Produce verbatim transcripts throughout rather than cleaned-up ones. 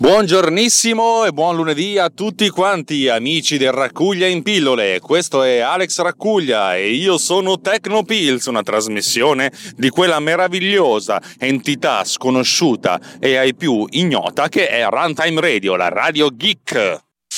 Buongiornissimo e buon lunedì a tutti quanti, amici del Raccuglia in pillole. Questo è Alex Raccuglia e io sono Tecnopills, una trasmissione di quella meravigliosa entità sconosciuta e ai più ignota che è Runtime Radio, la radio geek.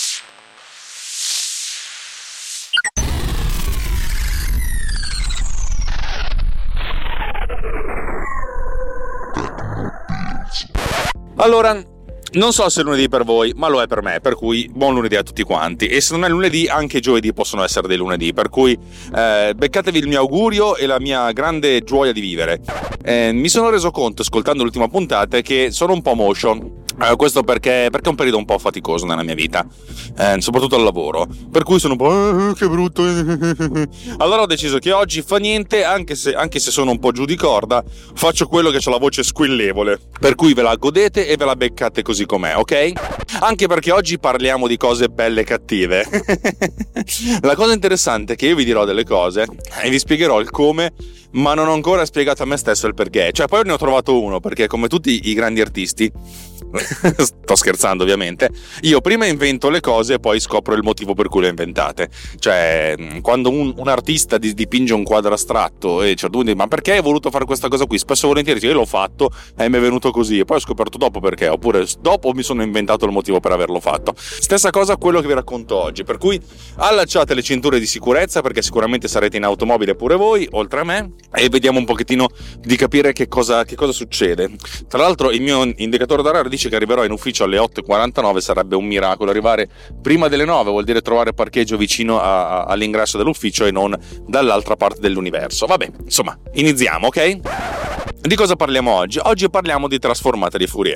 Allora, non so se è lunedì per voi, ma lo è per me, per cui buon lunedì a tutti quanti. E se non è lunedì, anche i giovedì possono essere dei lunedì, per cui eh, beccatevi il mio augurio e la mia grande gioia di vivere. Eh, mi sono reso conto, ascoltando l'ultima puntata, che sono un po' motion. Eh, questo perché, perché è un periodo un po' faticoso nella mia vita, eh, soprattutto al lavoro, per cui sono un po' eh, che brutto. Allora ho deciso che oggi fa niente, anche se, anche se sono un po' giù di corda, faccio quello che c'ha la voce squillevole, per cui ve la godete e ve la beccate così com'è, ok? Anche perché oggi parliamo di cose belle e cattive. La cosa interessante è che io vi dirò delle cose e vi spiegherò il come, ma non ho ancora spiegato a me stesso il perché. Cioè, poi ne ho trovato uno, perché come tutti i grandi artisti, sto scherzando ovviamente, io prima invento le cose e poi scopro il motivo per cui le ho inventate. Cioè, quando un, un artista dipinge un quadro astratto e a un certo punto dice: ma perché hai voluto fare questa cosa qui? Spesso e volentieri io l'ho fatto e mi è venuto così, e poi ho scoperto dopo perché, oppure dopo mi sono inventato il motivo per averlo fatto. Stessa cosa quello che vi racconto oggi, per cui allacciate le cinture di sicurezza, perché sicuramente sarete in automobile pure voi, oltre a me, e vediamo un pochettino di capire che cosa, che cosa succede. Tra l'altro il mio indicatore d'orario dice che arriverò in ufficio alle otto e quarantanove, sarebbe un miracolo arrivare prima delle nove, vuol dire trovare parcheggio vicino a, a, all'ingresso dell'ufficio e non dall'altra parte dell'universo. Vabbè, insomma, iniziamo, ok? Di cosa parliamo oggi? Oggi parliamo di trasformate di Fourier.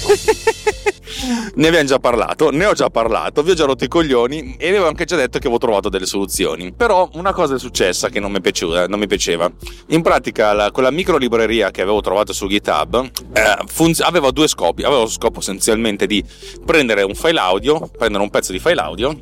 Ne abbiamo già parlato, ne ho già parlato, vi ho già rotto i coglioni e vi avevo anche già detto che avevo trovato delle soluzioni. Però una cosa è successa che non mi piaceva, non mi piaceva. In pratica la, quella micro libreria che avevo trovato su GitHub eh, funz- aveva due scopi. Aveva lo scopo essenzialmente di prendere un file audio, prendere un pezzo di file audio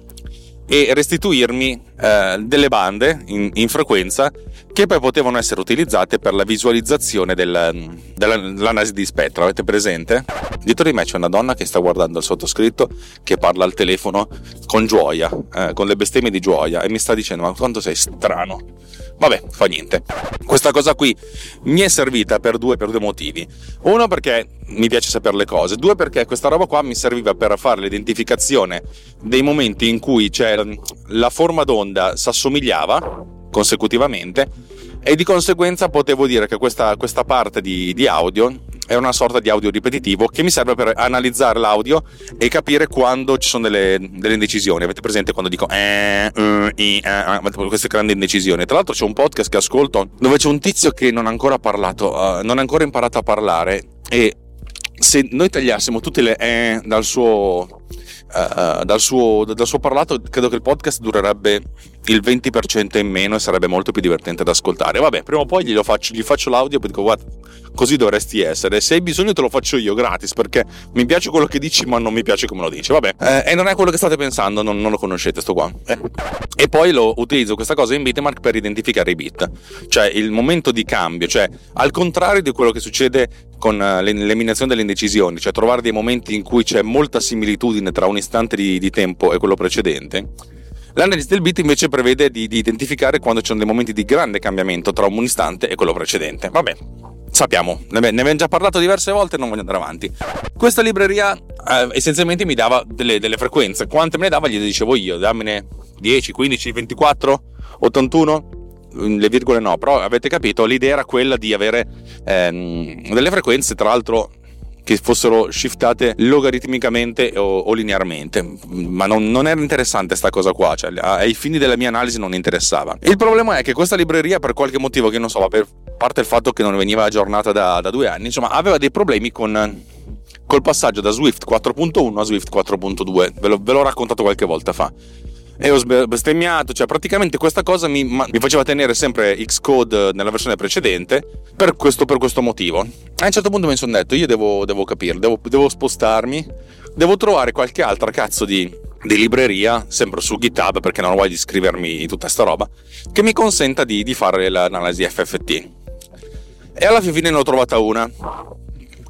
e restituirmi eh, delle bande in, in frequenza che poi potevano essere utilizzate per la visualizzazione del, dell'analisi di spettro. Avete presente? Dietro di me c'è una donna che sta guardando il sottoscritto, che parla al telefono con gioia, eh, con le bestemmie di gioia, e mi sta dicendo: ma quanto sei strano. Vabbè, fa niente. Questa cosa qui mi è servita per due, per due motivi. Uno, perché mi piace sapere le cose. Due, perché questa roba qua mi serviva per fare l'identificazione dei momenti in cui c'è la forma d'onda s'assomigliava consecutivamente, e di conseguenza potevo dire che questa, questa parte di, di audio è una sorta di audio ripetitivo che mi serve per analizzare l'audio e capire quando ci sono delle, delle indecisioni. Avete presente quando dico eh, uh, i, uh, queste grandi indecisioni? Tra l'altro c'è un podcast che ascolto dove c'è un tizio che non ha ancora parlato, uh, non ha ancora imparato a parlare, e se noi tagliassimo tutte le eh dal suo Uh, dal, suo, dal suo parlato, credo che il podcast durerebbe il venti per cento in meno e sarebbe molto più divertente da ascoltare. Vabbè, prima o poi gli, faccio, gli faccio l'audio e poi dico: guarda, così dovresti essere, se hai bisogno te lo faccio io gratis, perché mi piace quello che dici ma non mi piace come lo dici. Vabbè, eh, e non è quello che state pensando, non, non lo conoscete sto qua, eh. E poi lo utilizzo questa cosa in Bitmark per identificare i bit, cioè il momento di cambio, cioè al contrario di quello che succede con l'eliminazione delle indecisioni, cioè trovare dei momenti in cui c'è molta similitudine tra un istante di, di tempo e quello precedente. L'analisi del bit invece prevede di, di identificare quando ci sono dei momenti di grande cambiamento tra un istante e quello precedente. Vabbè, sappiamo, ne abbiamo già parlato diverse volte, non voglio andare avanti. Questa libreria eh, essenzialmente mi dava delle, delle frequenze. Quante me ne dava gliele dicevo io: dammene dieci, quindici, ventiquattro, ottantuno. Le virgole no, però avete capito, l'idea era quella di avere ehm, delle frequenze, tra l'altro, che fossero shiftate logaritmicamente o, o linearmente, ma non, non era interessante sta cosa qua, cioè ai fini della mia analisi non interessava. Il problema è che questa libreria, per qualche motivo che non so, per parte il fatto che non veniva aggiornata da, da due anni, insomma, aveva dei problemi con col passaggio da Swift quattro punto uno a Swift quattro punto due. Ve, lo, ve l'ho raccontato qualche volta fa. E ho bestemmiato, cioè praticamente questa cosa mi, mi faceva tenere sempre Xcode nella versione precedente per questo, per questo motivo. A un certo punto mi sono detto: io devo, devo capire, devo, devo spostarmi, devo trovare qualche altra cazzo di, di libreria, sempre su GitHub, perché non voglio scrivermi tutta sta roba, che mi consenta di, di fare l'analisi F F T. E alla fine ne ho trovata una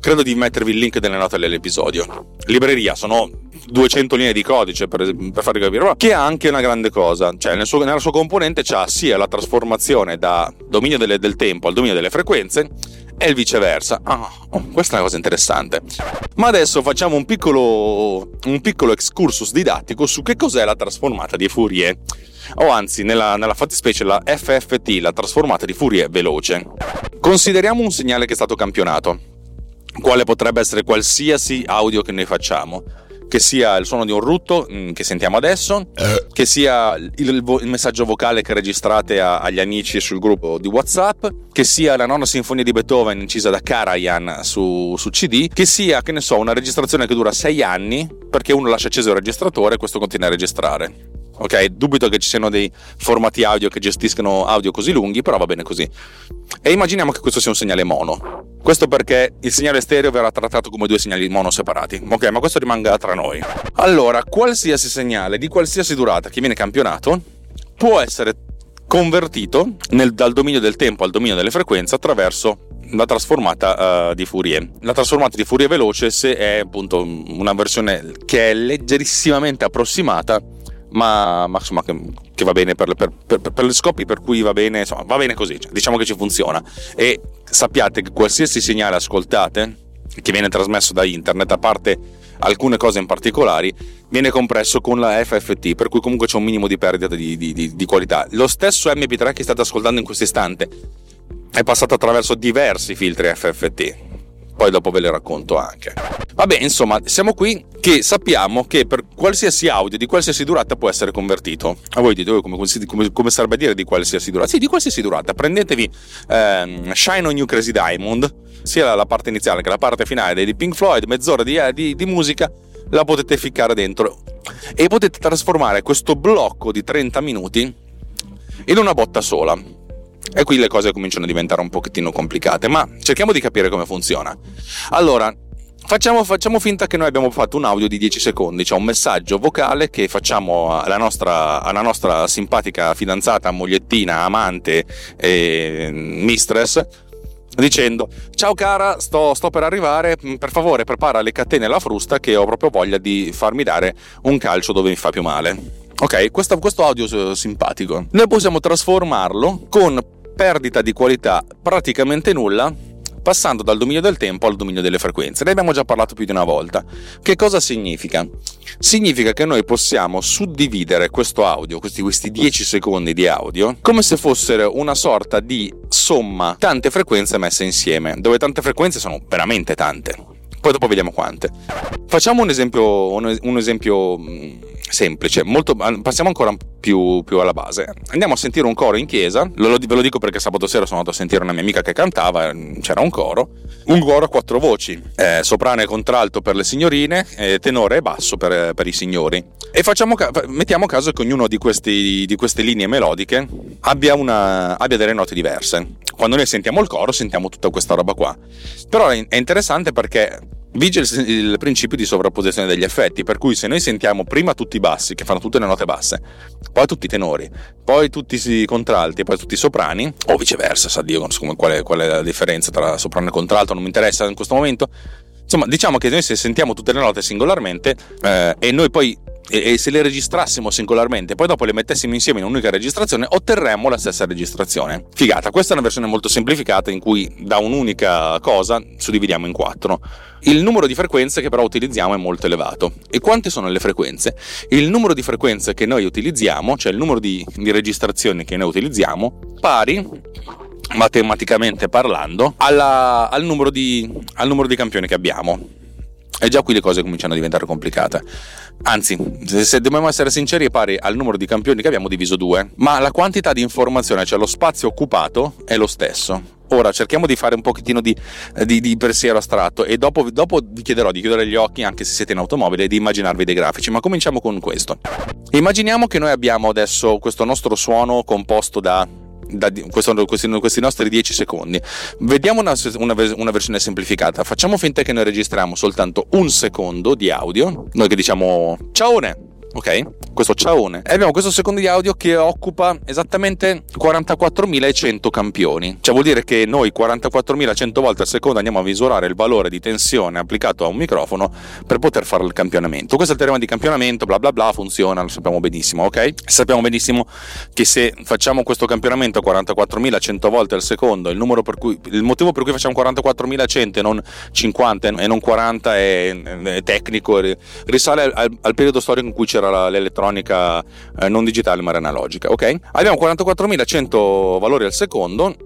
credo di mettervi il link nelle note dell'episodio. Libreria, sono duecento linee di codice per, per farvi capire, che ha anche una grande cosa, cioè nel suo, nella sua componente c'ha sia la trasformazione da dominio delle, del tempo al dominio delle frequenze e il viceversa. Ah, oh, questa è una cosa interessante. Ma adesso facciamo un piccolo un piccolo excursus didattico su che cos'è la trasformata di Fourier, o anzi nella, nella fattispecie la F F T, la trasformata di Fourier veloce. Consideriamo un segnale che è stato campionato, quale potrebbe essere qualsiasi audio che noi facciamo, che sia il suono di un rutto mh, che sentiamo adesso, eh. che sia il, il, il messaggio vocale che registrate a, agli amici sul gruppo di WhatsApp, che sia la nona sinfonia di Beethoven incisa da Karajan su, su C D, che sia, che ne so, una registrazione che dura sei anni perché uno lascia acceso il registratore e questo continua a registrare. Ok, dubito che ci siano dei formati audio che gestiscano audio così lunghi, però va bene così. E immaginiamo che questo sia un segnale mono. Questo perché il segnale stereo verrà trattato come due segnali mono separati. Ok, ma questo rimanga tra noi. Allora, qualsiasi segnale di qualsiasi durata che viene campionato può essere convertito nel, dal dominio del tempo al dominio delle frequenze attraverso la trasformata uh, di Fourier. La trasformata di Fourier veloce, se è appunto una versione che è leggerissimamente approssimata, ma, ma insomma che, che va bene per, per, per, per gli scopi per cui va bene, insomma va bene così, cioè, diciamo che ci funziona. E sappiate che qualsiasi segnale ascoltate che viene trasmesso da internet, a parte alcune cose in particolari, viene compresso con la F F T, per cui comunque c'è un minimo di perdita di, di, di, di qualità. Lo stesso M P tre che state ascoltando in questo istante è passato attraverso diversi filtri F F T, poi dopo ve le racconto anche. Vabbè, insomma, siamo qui che sappiamo che per qualsiasi audio di qualsiasi durata può essere convertito. A voi dite, come, come, come sarebbe a dire di qualsiasi durata? Sì, di qualsiasi durata. Prendetevi ehm, Shine on You Crazy Diamond, sia la parte iniziale che la parte finale di Pink Floyd, mezz'ora di, di, di musica, la potete ficcare dentro e potete trasformare questo blocco di trenta minuti in una botta sola. E qui le cose cominciano a diventare un pochettino complicate, ma cerchiamo di capire come funziona. Allora, facciamo, facciamo finta che noi abbiamo fatto un audio di dieci secondi, cioè un messaggio vocale che facciamo alla nostra, alla nostra simpatica fidanzata, mogliettina, amante e mistress, dicendo: ciao cara, sto, sto per arrivare, per favore prepara le catene e la frusta che ho proprio voglia di farmi dare un calcio dove mi fa più male. Ok, questo, questo audio simpatico noi possiamo trasformarlo con perdita di qualità praticamente nulla, passando dal dominio del tempo al dominio delle frequenze. Ne abbiamo già parlato più di una volta. Che cosa significa? Significa che noi possiamo suddividere questo audio, questi, questi dieci secondi di audio, come se fossero una sorta di somma tante frequenze messe insieme, dove tante frequenze sono veramente tante. Poi dopo vediamo quante. Facciamo un esempio, un, un esempio semplice, molto, passiamo ancora più, più alla base. Andiamo a sentire un coro in chiesa, lo, lo, ve lo dico perché sabato sera sono andato a sentire una mia amica che cantava, c'era un coro, un coro a quattro voci, eh, soprano e contralto per le signorine, eh, tenore e basso per, per i signori. E facciamo, mettiamo caso che ognuno di, questi, di queste linee melodiche abbia, una, abbia delle note diverse. Quando noi sentiamo il coro sentiamo tutta questa roba qua. Però è interessante perché vige il, il principio di sovrapposizione degli effetti, per cui se noi sentiamo prima tutti i bassi che fanno tutte le note basse, poi tutti i tenori, poi tutti i contralti e poi tutti i soprani, o viceversa, sa Dio qual è, qual è la differenza tra soprano e contralto, non mi interessa in questo momento. Insomma, diciamo che noi se sentiamo tutte le note singolarmente eh, e noi poi e, e se le registrassimo singolarmente poi dopo le mettessimo insieme in un'unica registrazione, otterremmo la stessa registrazione. Figata. Questa è una versione molto semplificata in cui da un'unica cosa suddividiamo in quattro. Il numero di frequenze che però utilizziamo è molto elevato. E quante sono le frequenze? Il numero di frequenze che noi utilizziamo, cioè il numero di, di registrazioni che noi utilizziamo, pari, matematicamente parlando, alla, al, numero di, al numero di campioni che abbiamo. E già qui le cose cominciano a diventare complicate. Anzi, se, se dobbiamo essere sinceri, è pari al numero di campioni che abbiamo diviso due, ma la quantità di informazione, cioè lo spazio occupato, è lo stesso. Ora cerchiamo di fare un pochettino di, di, di pensiero astratto e dopo, dopo vi chiederò di chiudere gli occhi, anche se siete in automobile, e di immaginarvi dei grafici, ma cominciamo con questo. Immaginiamo che noi abbiamo adesso questo nostro suono composto da Da questo, questi, questi nostri dieci secondi. Vediamo una, una, una versione semplificata. Facciamo finta che noi registriamo soltanto un secondo di audio, noi che diciamo ciaone, ok? Questo ciaone. E abbiamo questo secondo di audio che occupa esattamente quarantaquattromilacento campioni. Cioè vuol dire che noi quarantaquattromilacento volte al secondo andiamo a misurare il valore di tensione applicato a un microfono per poter fare il campionamento. Questo è il teorema di campionamento, bla bla bla, funziona, lo sappiamo benissimo, ok? Sappiamo benissimo che se facciamo questo campionamento quarantaquattromilacento volte al secondo, il numero per cui il motivo per cui facciamo quarantaquattromilacento e non cinquanta e non quaranta è, è tecnico, risale al, al periodo storico in cui c'era la, l'elettronica eh, non digitale ma era analogica, ok? Abbiamo quarantaquattromilacento valori al secondo.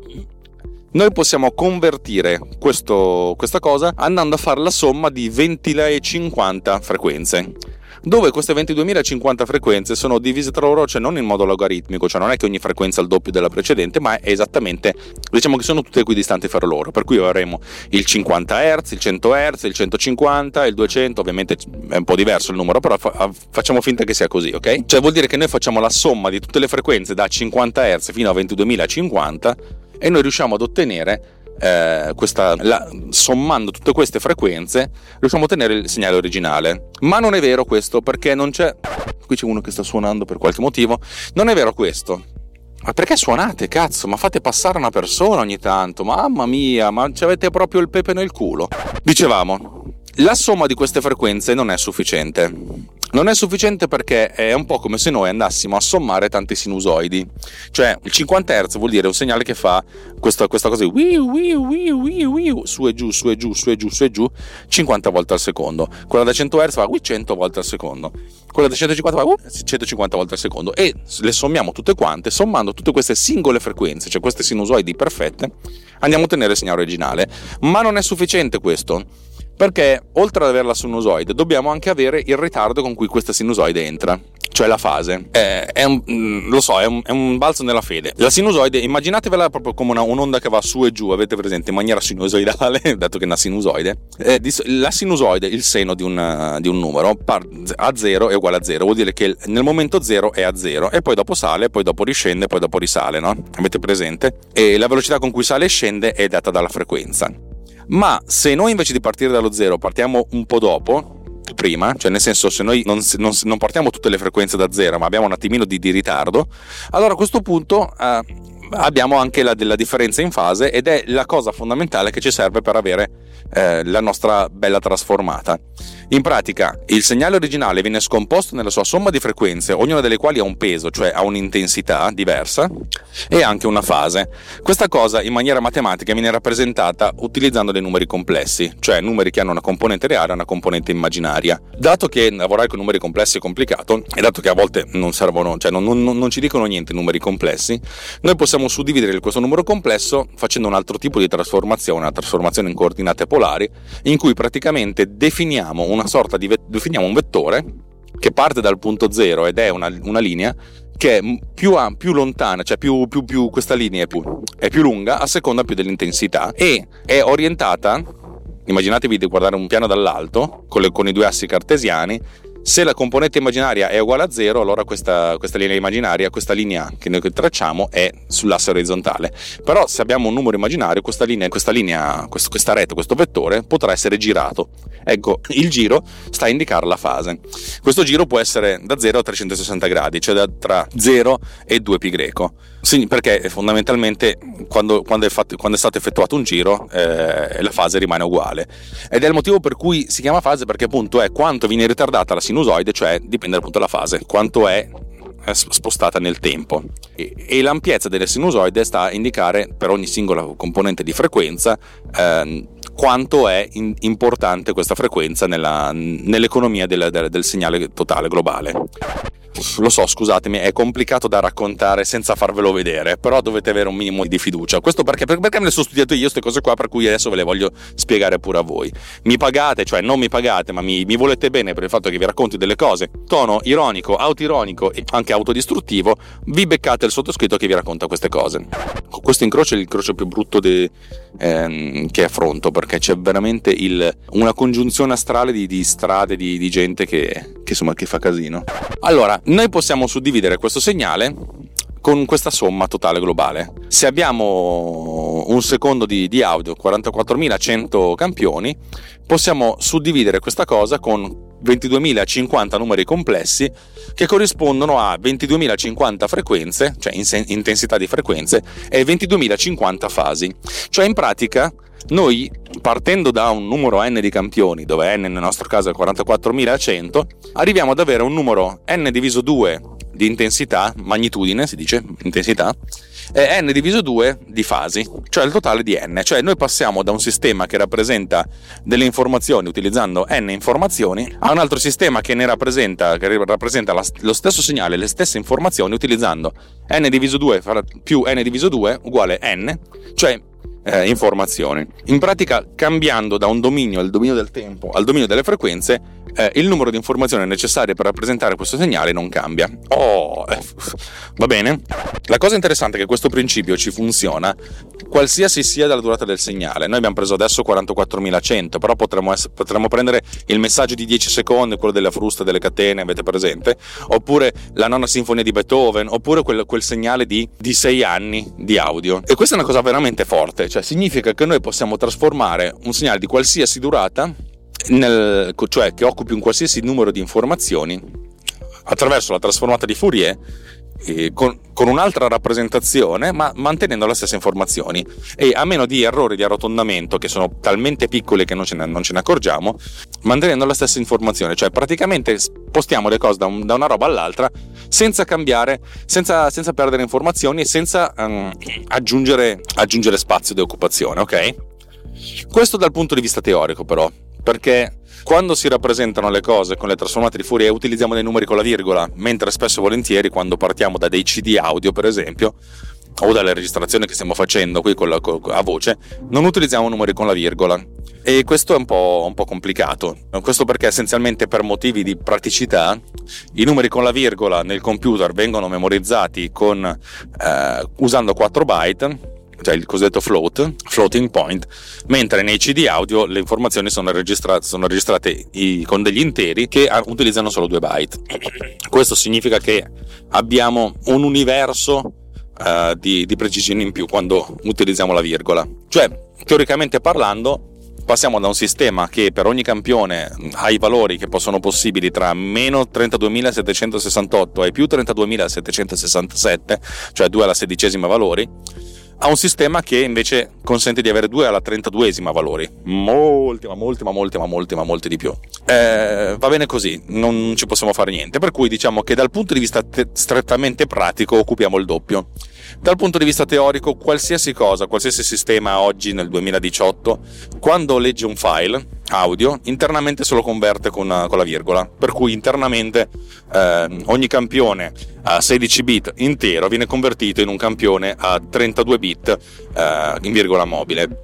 Noi possiamo convertire questo, questa cosa andando a fare la somma di ventiduemilacinquanta frequenze, dove queste ventiduemilacinquanta frequenze sono divise tra loro, cioè non in modo logaritmico, cioè non è che ogni frequenza è il doppio della precedente, ma è esattamente, diciamo che sono tutte equidistanti fra loro, per cui avremo il cinquanta hertz, il cento hertz, il centocinquanta, il duecento, ovviamente è un po' diverso il numero, però fa- facciamo finta che sia così, ok? Cioè vuol dire che noi facciamo la somma di tutte le frequenze da cinquanta hertz fino a ventiduemilacinquanta e noi riusciamo ad ottenere Eh, questa, la, sommando tutte queste frequenze riusciamo a ottenere il segnale originale. Ma non è vero questo, perché non c'è, qui c'è uno che sta suonando per qualche motivo, non è vero questo. Ma perché suonate, cazzo? Ma fate passare una persona ogni tanto, mamma mia, ma ci avete proprio il pepe nel culo. Dicevamo, la somma di queste frequenze non è sufficiente. Non è sufficiente perché è un po' come se noi andassimo a sommare tanti sinusoidi. Cioè il cinquanta hertz vuol dire un segnale che fa questa, questa cosa di wiu, wiu, wiu, wiu, wiu, su e giù, su e giù, su e giù, su e giù, cinquanta volte al secondo. Quella da cento hertz fa wiu, cento volte al secondo. Quella da centocinquanta fa wiu, centocinquanta volte al secondo. E le sommiamo tutte quante, sommando tutte queste singole frequenze, cioè queste sinusoidi perfette, andiamo a ottenere il segnale originale. Ma non è sufficiente questo, perché oltre ad avere la sinusoide dobbiamo anche avere il ritardo con cui questa sinusoide entra, cioè la fase. È, è un, lo so, è un, è un balzo nella fede. La sinusoide, immaginatevela proprio come una, un'onda che va su e giù, avete presente, in maniera sinusoidale, dato che è una sinusoide. Eh, la sinusoide, il seno di un, di un numero, a zero è uguale a zero, vuol dire che nel momento zero è a zero, e poi dopo sale, poi dopo riscende, poi dopo risale, no? Avete presente? E la velocità con cui sale e scende è data dalla frequenza. Ma se noi invece di partire dallo zero partiamo un po' dopo, prima, cioè nel senso se noi non, non, non partiamo tutte le frequenze da zero ma abbiamo un attimino di, di ritardo, allora a questo punto eh, abbiamo anche la, la differenza in fase, ed è la cosa fondamentale che ci serve per avere eh, la nostra bella trasformata. In pratica il segnale originale viene scomposto nella sua somma di frequenze, ognuna delle quali ha un peso, cioè ha un'intensità diversa e anche una fase. Questa cosa in maniera matematica viene rappresentata utilizzando dei numeri complessi, cioè numeri che hanno una componente reale e una componente immaginaria. Dato che lavorare con numeri complessi è complicato, e dato che a volte non servono, cioè non, non, non ci dicono niente i numeri complessi, noi possiamo suddividere questo numero complesso facendo un altro tipo di trasformazione, una trasformazione in coordinate polari, in cui praticamente definiamo una sorta di definiamo un vettore che parte dal punto zero ed è una, una linea che è più, più lontana, cioè più, più, più questa linea è più, è più lunga a seconda più dell'intensità, e è orientata, immaginatevi di guardare un piano dall'alto con, le, con i due assi cartesiani. Se la componente immaginaria è uguale a zero, allora questa, questa linea immaginaria, questa linea che noi tracciamo è sull'asse orizzontale. Però se abbiamo un numero immaginario, questa linea, questa, linea, questa, questa rete, questo vettore potrà essere girato. Ecco, il giro sta a indicare la fase. Questo giro può essere da zero a trecentosessanta gradi, cioè da, tra zero e due pi greco. Sì, perché fondamentalmente quando, quando, è fatto, quando è stato effettuato un giro eh, la fase rimane uguale, ed è il motivo per cui si chiama fase, perché appunto è quanto viene ritardata la sinusoide, cioè dipende appunto dalla fase, quanto è spostata nel tempo, e, e l'ampiezza delle sinusoide sta a indicare per ogni singola componente di frequenza eh, quanto è in, importante questa frequenza nella, nell'economia del, del, del segnale totale globale. Lo so, scusatemi, è complicato da raccontare senza farvelo vedere, però dovete avere un minimo di fiducia. Questo perché, perché me le sono studiate io queste cose qua, per cui adesso ve le voglio spiegare pure a voi. Mi pagate, cioè non mi pagate, ma mi, mi volete bene per il fatto che vi racconti delle cose, tono ironico, autoironico e anche autodistruttivo, vi beccate il sottoscritto che vi racconta queste cose. Questo incrocio è l'incrocio più brutto de, ehm, che affronto, perché c'è veramente il, una congiunzione astrale di, di strade, di, di gente che, che insomma che fa casino. Allora, noi possiamo suddividere questo segnale con questa somma totale globale. Se abbiamo un secondo di, di audio, quarantaquattromilacento campioni, possiamo suddividere questa cosa con ventiduemilacinquanta numeri complessi che corrispondono a ventiduemilacinquanta frequenze, cioè intensità di frequenze, e ventiduemilacinquanta fasi. Cioè in pratica noi, partendo da un numero n di campioni, dove n nel nostro caso è quarantaquattromilacento, arriviamo ad avere un numero n diviso due di intensità, magnitudine si dice, intensità, e n diviso due di fasi, cioè il totale di n. Cioè noi passiamo da un sistema che rappresenta delle informazioni utilizzando n informazioni a un altro sistema che ne rappresenta, che rappresenta la, lo stesso segnale, le stesse informazioni utilizzando n diviso due più n diviso due uguale n, cioè Eh, informazioni. In pratica, cambiando da un dominio, il dominio del tempo, al dominio delle frequenze, eh, il numero di informazioni necessarie per rappresentare questo segnale non cambia. Oh, eh, va bene? La cosa interessante è che questo principio ci funziona qualsiasi sia la durata del segnale. Noi abbiamo preso adesso quarantaquattromilacento, però potremmo, essere, potremmo prendere il messaggio di dieci secondi, quello della frusta delle catene, avete presente? Oppure la nona sinfonia di Beethoven, oppure quel, quel segnale di, di sei anni di audio. E questa è una cosa veramente forte, cioè significa che noi possiamo trasformare un segnale di qualsiasi durata, nel, cioè che occupi un qualsiasi numero di informazioni, attraverso la trasformata di Fourier, eh, con, con un'altra rappresentazione, ma mantenendo le stesse informazioni, e a meno di errori di arrotondamento che sono talmente piccoli che non ce ne, non ce ne accorgiamo, mantenendo la stessa informazione. Cioè praticamente spostiamo le cose da, un, da una roba all'altra senza cambiare, senza, senza perdere informazioni e senza um, aggiungere, aggiungere spazio di occupazione, ok? Questo dal punto di vista teorico, però, perché quando si rappresentano le cose con le trasformate di Fourier utilizziamo dei numeri con la virgola, mentre spesso e volentieri quando partiamo da dei C D audio, per esempio, o dalle registrazioni che stiamo facendo qui con la, con, a voce, non utilizziamo numeri con la virgola, e questo è un po', un po' complicato. Questo perché essenzialmente per motivi di praticità i numeri con la virgola nel computer vengono memorizzati con eh, usando quattro byte, cioè il cosiddetto float, floating point, mentre nei C D audio le informazioni sono registrate, sono registrate i, con degli interi che utilizzano solo due byte. Questo significa che abbiamo un universo uh, di, di precisione in più quando utilizziamo la virgola. Cioè, teoricamente parlando, passiamo da un sistema che per ogni campione ha i valori che possono possibili tra meno trentaduemilasettecentosessantotto e più trentaduemilasettecentosessantasette, cioè due alla sedicesima valori, a un sistema che invece consente di avere due alla trentaduesima valori, molti ma molti ma molti ma molti ma molti di più. Eh, va bene così, non ci possiamo fare niente, per cui diciamo che dal punto di vista te- strettamente pratico occupiamo il doppio. Dal punto di vista teorico, qualsiasi cosa, qualsiasi sistema oggi nel duemiladiciotto, quando legge un file audio, internamente se lo converte con, con la virgola, per cui internamente eh, ogni campione a sedici bit intero viene convertito in un campione a trentadue bit eh, in virgola mobile.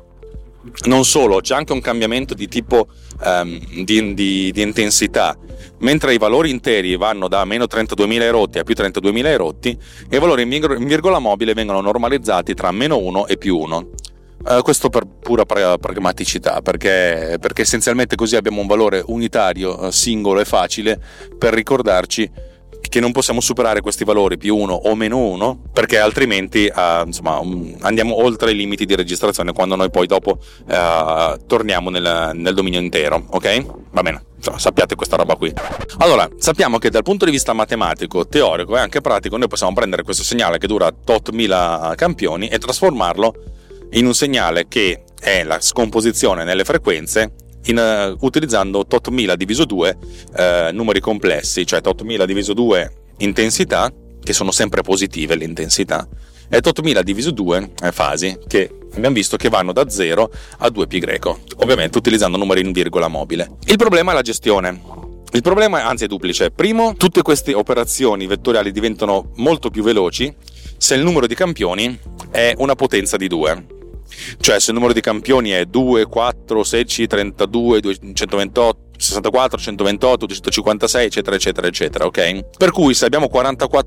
Non solo, c'è anche un cambiamento di tipo um, di, di, di intensità. Mentre i valori interi vanno da meno trentaduemila erotti a più trentaduemila erotti, i valori in, vir- in virgola mobile vengono normalizzati tra meno uno e più uno. Uh, questo per pura pra- pragmaticità, perché, perché essenzialmente così abbiamo un valore unitario, uh, singolo e facile per ricordarci che non possiamo superare questi valori più uno o meno uno, perché altrimenti uh, insomma um, andiamo oltre i limiti di registrazione quando noi poi dopo uh, torniamo nel, nel dominio intero, ok? Va bene, insomma, sappiate questa roba qui. Allora, sappiamo che dal punto di vista matematico, teorico e anche pratico noi possiamo prendere questo segnale che dura tot mila campioni e trasformarlo in un segnale che è la scomposizione nelle frequenze In, uh, utilizzando tot mila diviso due uh, numeri complessi, cioè tot mila diviso due intensità, che sono sempre positive le intensità, e tot mila diviso due eh, fasi, che abbiamo visto che vanno da zero a due pi greco, ovviamente utilizzando numeri in virgola mobile. Il problema è la gestione. Il problema è, anzi, è duplice. Primo, tutte queste operazioni vettoriali diventano molto più veloci se il numero di campioni è una potenza di due. Cioè se il numero di campioni è due, quattro, sedici, trentadue, duecentoventotto, sessantaquattro, centoventotto, duecentocinquantasei, eccetera eccetera eccetera, ok? Per cui se abbiamo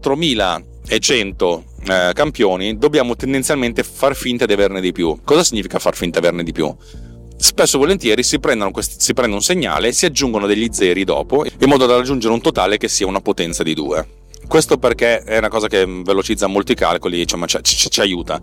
quarantaquattromilacento eh, campioni, dobbiamo tendenzialmente far finta di averne di più. Cosa significa far finta di averne di più? Spesso e volentieri si, prendono questi, si prende un segnale e si aggiungono degli zeri dopo, in modo da raggiungere un totale che sia una potenza di due. Questo perché è una cosa che velocizza molti calcoli, cioè, ci, ci, ci aiuta.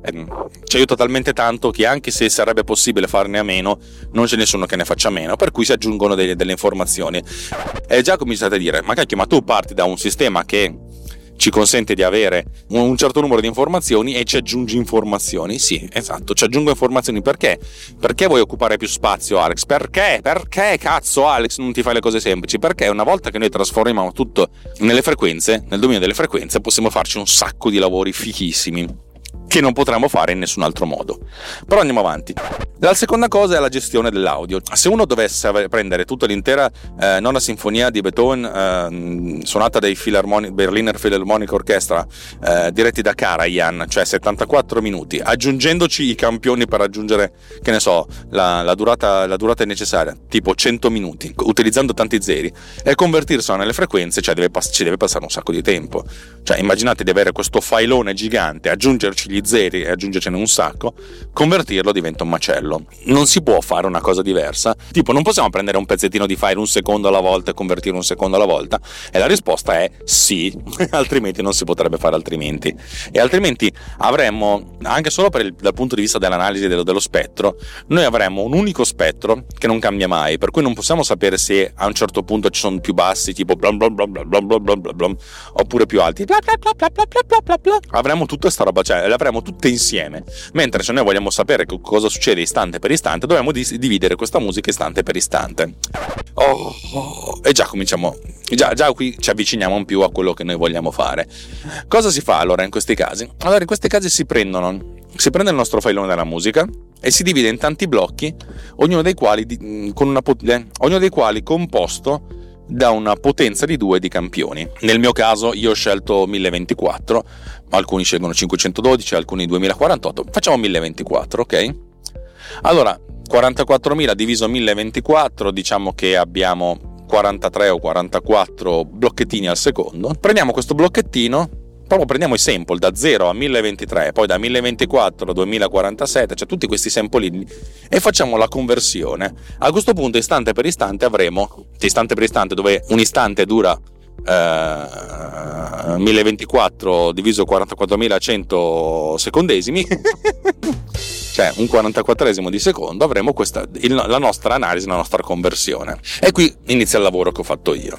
eh, ci aiuta talmente tanto che anche se sarebbe possibile farne a meno, non c'è nessuno che ne faccia a meno, per cui si aggiungono delle, delle informazioni. E già cominciate a dire, ma cacchio, ma tu parti da un sistema che ci consente di avere un certo numero di informazioni e ci aggiungi informazioni. Sì, esatto, ci aggiungo informazioni. Perché? Perché vuoi occupare più spazio, Alex? Perché? Perché cazzo, Alex, non ti fai le cose semplici? Perché una volta che noi trasformiamo tutto nelle frequenze, nel dominio delle frequenze, possiamo farci un sacco di lavori fichissimi che non potremmo fare in nessun altro modo. Però andiamo avanti. La seconda cosa è la gestione dell'audio. Se uno dovesse prendere tutta l'intera eh, nona sinfonia di Beethoven eh, suonata dai Philharmonic, Berliner Philharmonic Orchestra eh, diretti da Karajan, cioè settantaquattro minuti, aggiungendoci i campioni per aggiungere, che ne so, la, la, durata, la durata necessaria, tipo cento minuti, utilizzando tanti zeri, e convertirselo nelle frequenze, cioè deve pass- ci deve passare un sacco di tempo. Cioè immaginate di avere questo filone gigante, aggiungerci gli zeri e aggiungercene un sacco, convertirlo diventa un macello. Non si può fare una cosa diversa, tipo non possiamo prendere un pezzettino di file un secondo alla volta e convertirlo un secondo alla volta, e la risposta è sì, altrimenti non si potrebbe fare altrimenti, e altrimenti avremmo, anche solo per il, dal punto di vista dell'analisi dello, dello spettro, noi avremmo un unico spettro che non cambia mai, per cui non possiamo sapere se a un certo punto ci sono più bassi, tipo bla bla bla bla bla bla bla bla bla, oppure più alti, bla bla bla bla bla bla bla bla. Avremmo tutta sta roba, cioè le avremo tutte insieme, mentre se noi vogliamo sapere cosa succede istante per istante, dobbiamo dividere questa musica istante per istante. Oh, oh, e già cominciamo, già, già qui ci avviciniamo un più a quello che noi vogliamo fare. Cosa si fa allora in questi casi? Allora in questi casi si prendono, si prende il nostro filone della musica e si divide in tanti blocchi, ognuno dei quali con una eh, ognuno dei quali composto da una potenza di due di campioni. Nel mio caso io ho scelto mille ventiquattro, alcuni scelgono cinquecentododici, alcuni duemilaquarantotto, facciamo mille ventiquattro, ok? Allora, quarantaquattromila diviso mille ventiquattro, diciamo che abbiamo quarantatré o quarantaquattro blocchettini al secondo. Prendiamo questo blocchettino, proprio prendiamo i sample da zero a mille ventitré, poi da mille ventiquattro a duemilaquarantasette, cioè tutti questi samplini, e facciamo la conversione. A questo punto, istante per istante, avremo, istante per istante, dove un istante dura eh, mille ventiquattro diviso quarantaquattromilacento secondesimi, cioè un quarantaquattresimo di secondo, avremo questa, il, la nostra analisi, la nostra conversione. E qui inizia il lavoro che ho fatto io.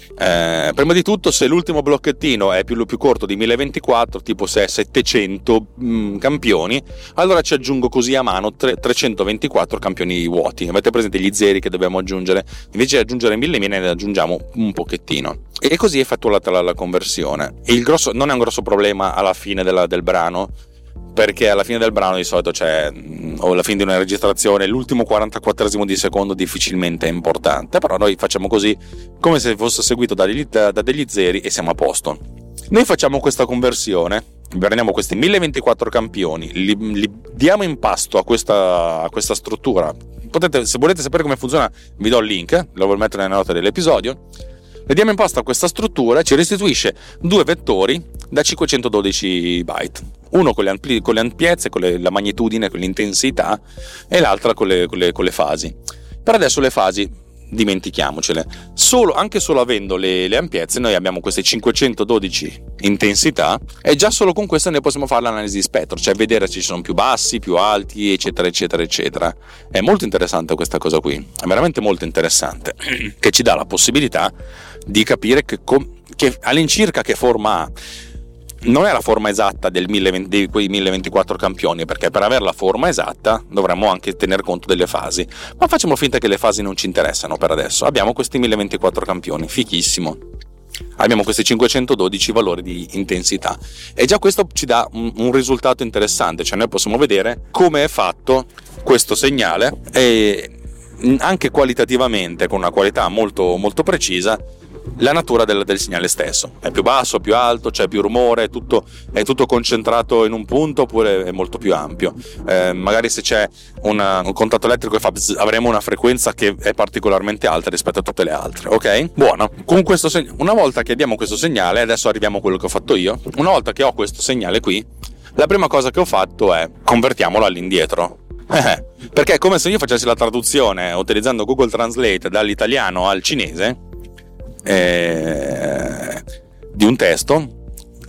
Eh, prima di tutto, se l'ultimo blocchettino è più, più corto di mille ventiquattro, tipo se è settecento mh, campioni, allora ci aggiungo così a mano tre, trecentoventiquattro campioni vuoti. Avete presente gli zeri che dobbiamo aggiungere? Invece di aggiungere mille, ne aggiungiamo un pochettino, e così è effettuata la, la conversione. E il grosso, non è un grosso problema alla fine della, del brano, perché alla fine del brano di solito c'è, o alla fine di una registrazione, l'ultimo quarantaquattresimo di secondo difficilmente è importante, però noi facciamo così come se fosse seguito da degli, da degli zeri e siamo a posto. Noi facciamo questa conversione, prendiamo questi mille ventiquattro campioni, li, li diamo in pasto a questa, a questa struttura. Potete, se volete sapere come funziona, vi do il link, lo voglio mettere nelle note dell'episodio. Le diamo in pasto a questa struttura e ci restituisce due vettori da cinquecentododici byte, uno con le, ampli, con le ampiezze, con le, la magnitudine, con l'intensità, e l'altra con le, con, le, con le fasi. Per adesso le fasi dimentichiamocele, solo, anche solo avendo le, le ampiezze noi abbiamo queste cinquecentododici intensità, e già solo con questo noi possiamo fare l'analisi di spettro, cioè vedere se ci sono più bassi, più alti, eccetera eccetera eccetera. È molto interessante questa cosa qui, è veramente molto interessante, che ci dà la possibilità di capire che, che all'incirca che forma ha. Non è la forma esatta del mille, di quei mille ventiquattro campioni, perché per avere la forma esatta dovremmo anche tener conto delle fasi, ma facciamo finta che le fasi non ci interessano per adesso. Abbiamo questi mille ventiquattro campioni, fichissimo, abbiamo questi cinquecentododici valori di intensità, e già questo ci dà un, un risultato interessante, cioè noi possiamo vedere come è fatto questo segnale, e anche qualitativamente, con una qualità molto, molto precisa, la natura del, del segnale stesso. È più basso, più alto, c'è più rumore, è tutto, è tutto concentrato in un punto, oppure è molto più ampio. Eh, magari se c'è una, un contatto elettrico che fa bzz, avremo una frequenza che è particolarmente alta rispetto a tutte le altre, ok? Buono. Con questo seg- una volta che abbiamo questo segnale, adesso arriviamo a quello che ho fatto io, una volta che ho questo segnale qui, la prima cosa che ho fatto è convertiamolo all'indietro. Eh, perché è come se io facessi la traduzione utilizzando Google Translate dall'italiano al cinese, Eh, di un testo.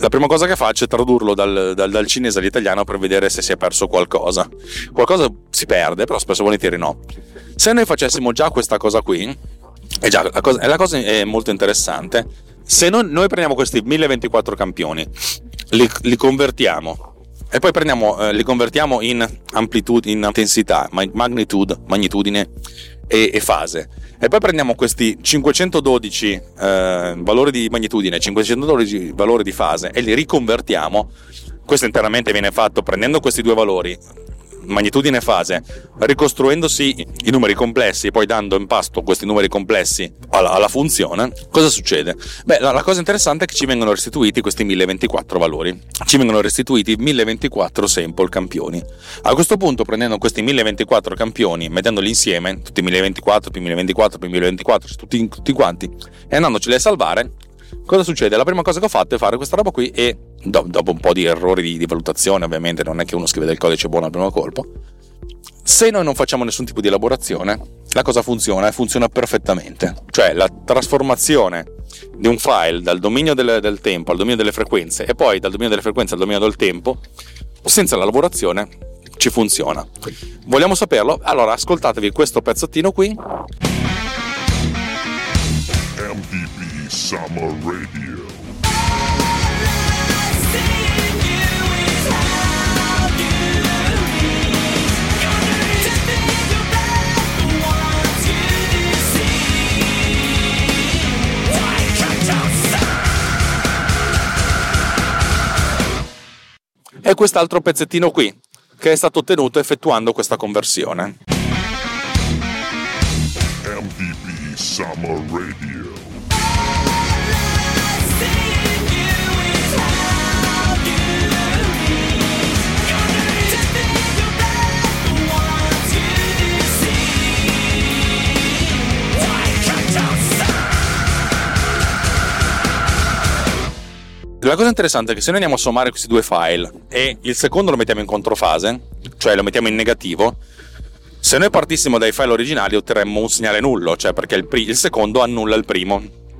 La prima cosa che faccio è tradurlo dal, dal, dal cinese all'italiano per vedere se si è perso qualcosa. Qualcosa si perde, però spesso volentieri no. Se noi facessimo già questa cosa qui, è già la cosa, la cosa è molto interessante. Se non, noi prendiamo questi mille ventiquattro campioni, li, li convertiamo e poi prendiamo, eh, li convertiamo in amplitude, in intensità, magnitude, magnitudine e, e fase, e poi prendiamo questi cinquecentododici eh, valori di magnitudine, cinquecentododici valori di fase e li riconvertiamo. Questo interamente viene fatto prendendo questi due valori, magnitudine e fase, ricostruendosi i numeri complessi e poi dando in pasto questi numeri complessi alla, alla funzione. Cosa succede? Beh, la, la cosa interessante è che ci vengono restituiti questi mille ventiquattro valori, ci vengono restituiti mille ventiquattro sample campioni. A questo punto, prendendo questi mille ventiquattro campioni, mettendoli insieme, tutti mille ventiquattro più mille ventiquattro più mille ventiquattro, tutti, tutti quanti, e andandoceli a salvare, cosa succede? La prima cosa che ho fatto è fare questa roba qui e dopo un po' di errori di, di valutazione, ovviamente non è che uno scrive del codice buono al primo colpo, se noi non facciamo nessun tipo di elaborazione, la cosa funziona e funziona perfettamente. Cioè la trasformazione di un file dal dominio del, del tempo al dominio delle frequenze e poi dal dominio delle frequenze al dominio del tempo, senza la lavorazione ci funziona. Vogliamo saperlo? Allora ascoltatevi questo pezzettino qui. M D B Summer Radio. E quest'altro pezzettino qui che è stato ottenuto effettuando questa conversione. M D B Summer Radio. La cosa interessante è che se noi andiamo a sommare questi due file e il secondo lo mettiamo in controfase, cioè lo mettiamo in negativo, se noi partissimo dai file originali otterremmo un segnale nullo, cioè perché il, pri- il secondo annulla il primo.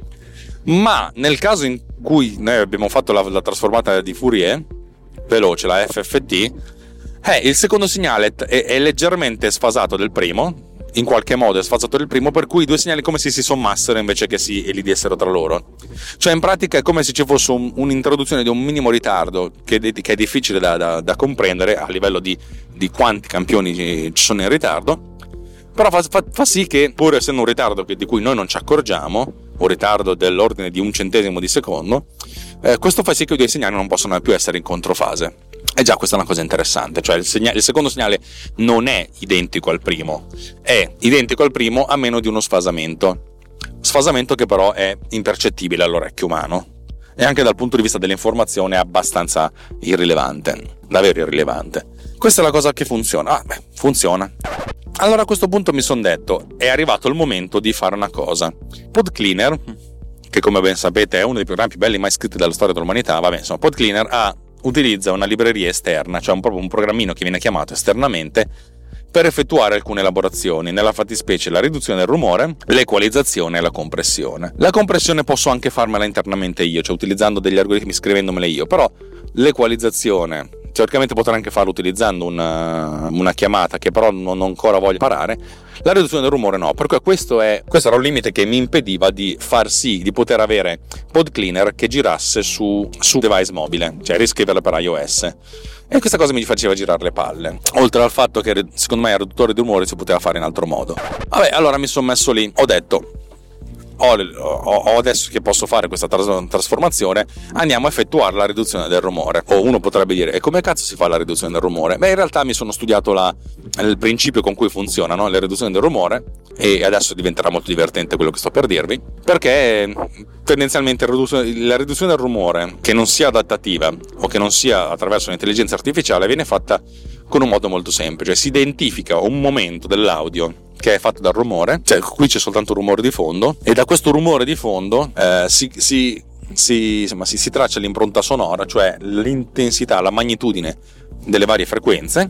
Ma nel caso in cui noi abbiamo fatto la, la trasformata di Fourier veloce, la F F T, eh, il secondo segnale è, è leggermente sfasato del primo, in qualche modo è sfasato del primo, per cui i due segnali come se si sommassero invece che si elidessero tra loro. Cioè in pratica è come se ci fosse un, un'introduzione di un minimo ritardo che, che è difficile da, da, da comprendere a livello di, di quanti campioni ci sono in ritardo, però fa, fa, fa sì che, pur essendo un ritardo che, di cui noi non ci accorgiamo, un ritardo dell'ordine di un centesimo di secondo, eh, questo fa sì che i due segnali non possono più essere in controfase. E già questa è una cosa interessante, cioè il, segnale, il secondo segnale non è identico al primo, è identico al primo a meno di uno sfasamento, sfasamento che però è impercettibile all'orecchio umano e anche dal punto di vista dell'informazione è abbastanza irrilevante, davvero irrilevante. Questa è la cosa che funziona, ah beh, funziona. Allora a questo punto mi sono detto, è arrivato il momento di fare una cosa. PodCleaner, che come ben sapete è uno dei programmi più belli mai scritti dalla storia dell'umanità, vabbè insomma, PodCleaner ha utilizza una libreria esterna, cioè un, proprio un programmino che viene chiamato esternamente per effettuare alcune elaborazioni, nella fattispecie la riduzione del rumore, l'equalizzazione e la compressione. La compressione posso anche farmela internamente io, cioè utilizzando degli algoritmi, scrivendomele io, però l'equalizzazione teoricamente potrei anche farlo utilizzando una, una chiamata che però non, non ancora voglio imparare. La riduzione del rumore no, perché questo, è, questo era un limite che mi impediva di far sì di poter avere PodCleaner che girasse su, su device mobile, cioè riscriverla per iOS, e questa cosa mi faceva girare le palle, oltre al fatto che secondo me il riduttore di rumore si poteva fare in altro modo. Vabbè, allora mi sono messo lì, ho detto Ho, ho adesso che posso fare questa tras- trasformazione, andiamo a effettuare la riduzione del rumore. O uno potrebbe dire, e come cazzo si fa la riduzione del rumore? Beh, in realtà mi sono studiato la, il principio con cui funziona, no? La riduzione del rumore, e adesso diventerà molto divertente quello che sto per dirvi, perché tendenzialmente la riduzione del rumore che non sia adattativa o che non sia attraverso un'intelligenza artificiale viene fatta con un modo molto semplice. Si identifica un momento dell'audio che è fatto dal rumore, cioè qui c'è soltanto un rumore di fondo, e da questo rumore di fondo eh, si, si, si, insomma, si, si traccia l'impronta sonora, cioè l'intensità, la magnitudine delle varie frequenze,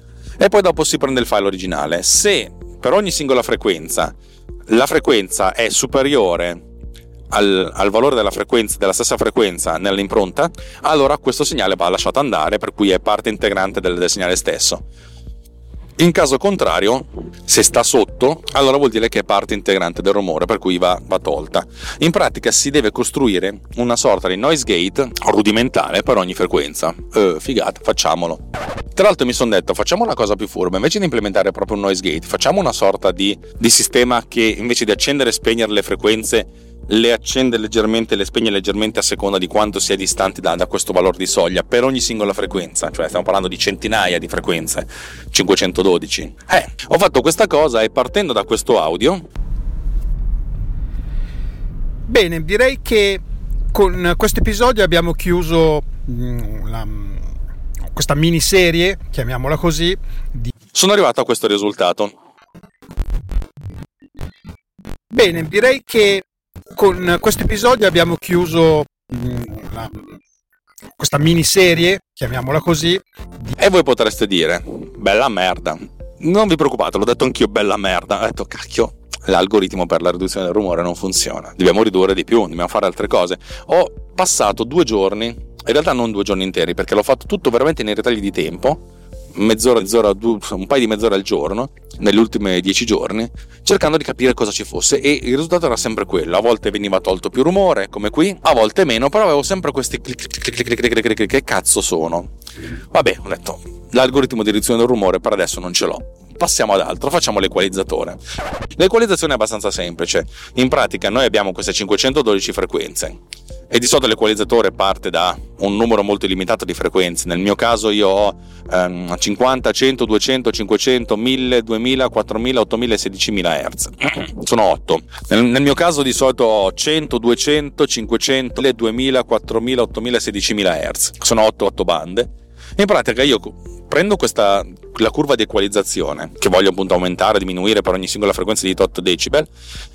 e poi dopo si prende il file originale. Se per ogni singola frequenza la frequenza è superiore al, al valore della frequenza, della stessa frequenza nell'impronta, allora questo segnale va lasciato andare, per cui è parte integrante del, del segnale stesso. In caso contrario, se sta sotto, allora vuol dire che è parte integrante del rumore, per cui va, va tolta. In pratica si deve costruire una sorta di noise gate rudimentale per ogni frequenza. Eh, figata, facciamolo. Tra l'altro mi sono detto, facciamo una cosa più furba, invece di implementare proprio un noise gate, facciamo una sorta di, di sistema che invece di accendere e spegnere le frequenze, le accende leggermente e le spegne leggermente a seconda di quanto si è distanti da, da questo valore di soglia per ogni singola frequenza, cioè stiamo parlando di centinaia di frequenze, cinquecentododici. Eh, ho fatto questa cosa e partendo da questo audio... Bene, direi che con questo episodio abbiamo chiuso la, questa miniserie, chiamiamola così. Di... Sono arrivato a questo risultato. Bene, direi che con questo episodio abbiamo chiuso la, questa miniserie, chiamiamola così. E voi potreste dire, bella merda. Non vi preoccupate, l'ho detto anch'io, bella merda. Ho detto, cacchio, l'algoritmo per la riduzione del rumore non funziona. Dobbiamo ridurre di più, dobbiamo fare altre cose. Ho passato due giorni, in realtà non due giorni interi, perché l'ho fatto tutto veramente nei ritagli di tempo, mezz'ora, mezz'ora, un paio di mezz'ore al giorno, negli ultimi dieci giorni, cercando di capire cosa ci fosse, e il risultato era sempre quello. A volte veniva tolto più rumore, come qui, a volte meno, però avevo sempre questi clic clic clic clic clic clic clic. Che cazzo sono? Vabbè, ho detto, l'algoritmo di riduzione del rumore per adesso non ce l'ho. Passiamo ad altro, facciamo l'equalizzatore. L'equalizzazione è abbastanza semplice. In pratica noi abbiamo queste cinquecentododici frequenze e di solito l'equalizzatore parte da un numero molto limitato di frequenze. Nel mio caso io ho ehm, cinquanta, cento, duecento, cinquecento, mille, duemila, quattromila, ottomila e sedicimila hertz. Sono otto. Nel, nel mio caso di solito ho cento, duecento, cinquecento, duemila, quattromila, ottomila e sedicimila hertz. Sono otto, otto bande. In pratica io prendo questa, la curva di equalizzazione che voglio appunto aumentare, diminuire per ogni singola frequenza di otto decibel,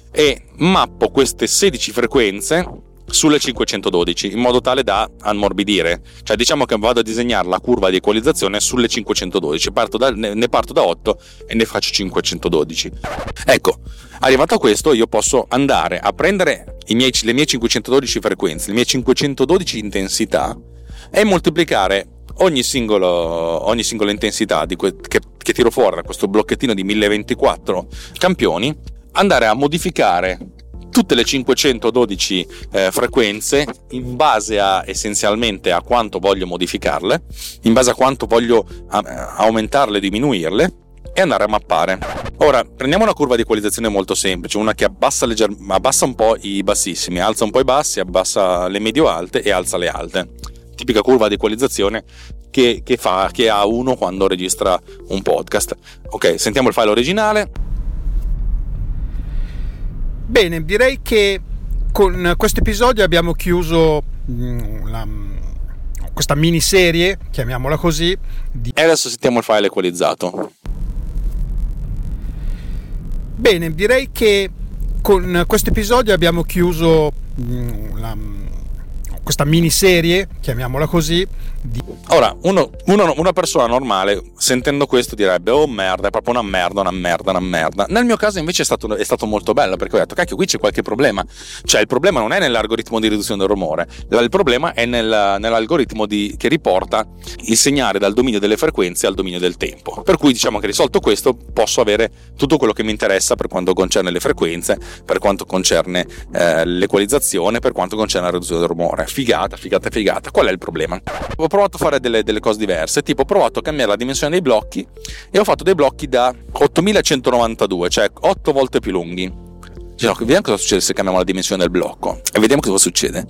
e mappo queste sedici frequenze sulle cinquecentododici in modo tale da ammorbidire, cioè diciamo che vado a disegnare la curva di equalizzazione sulle cinquecentododici, parto da, ne, ne parto da otto e ne faccio cinquecentododici. Ecco, arrivato a questo io posso andare a prendere i miei, le mie cinquecentododici frequenze, le mie cinquecentododici intensità e moltiplicare ogni singolo ogni singola intensità di que, che, che tiro fuori da questo blocchettino di mille ventiquattro campioni, andare a modificare tutte le cinquecentododici eh, frequenze in base a essenzialmente a quanto voglio modificarle, in base a quanto voglio a, aumentarle e diminuirle, e andare a mappare. Ora prendiamo una curva di equalizzazione molto semplice, una che abbassa, legger- abbassa un po' i bassissimi, alza un po' i bassi, abbassa le medio-alte e alza le alte. Tipica curva di equalizzazione che, che fa che ha uno quando registra un podcast. Ok, sentiamo il file originale. Bene, direi che con questo episodio abbiamo chiuso la, questa miniserie, chiamiamola così. Di... E adesso sentiamo il file equalizzato. Bene, direi che con questo episodio abbiamo chiuso la, questa miniserie, chiamiamola così. Di... Ora, uno, uno, una persona normale sentendo questo direbbe: oh merda, è proprio una merda, una merda, una merda. Nel mio caso invece è stato, è stato molto bello, perché ho detto cacchio, qui c'è qualche problema. Cioè il problema non è nell'algoritmo di riduzione del rumore, il problema è nel, nell'algoritmo di, che riporta il segnale dal dominio delle frequenze al dominio del tempo. Per cui diciamo che risolto questo posso avere tutto quello che mi interessa per quanto concerne le frequenze, per quanto concerne eh, l'equalizzazione, per quanto concerne la riduzione del rumore. Figata, figata, figata. Qual è il problema? Ho provato a fare delle, delle cose diverse, tipo ho provato a cambiare la dimensione dei blocchi e ho fatto dei blocchi da ottomilacentonovantadue, cioè otto volte più lunghi. Cioè, vediamo cosa succede se cambiamo la dimensione del blocco e vediamo cosa succede.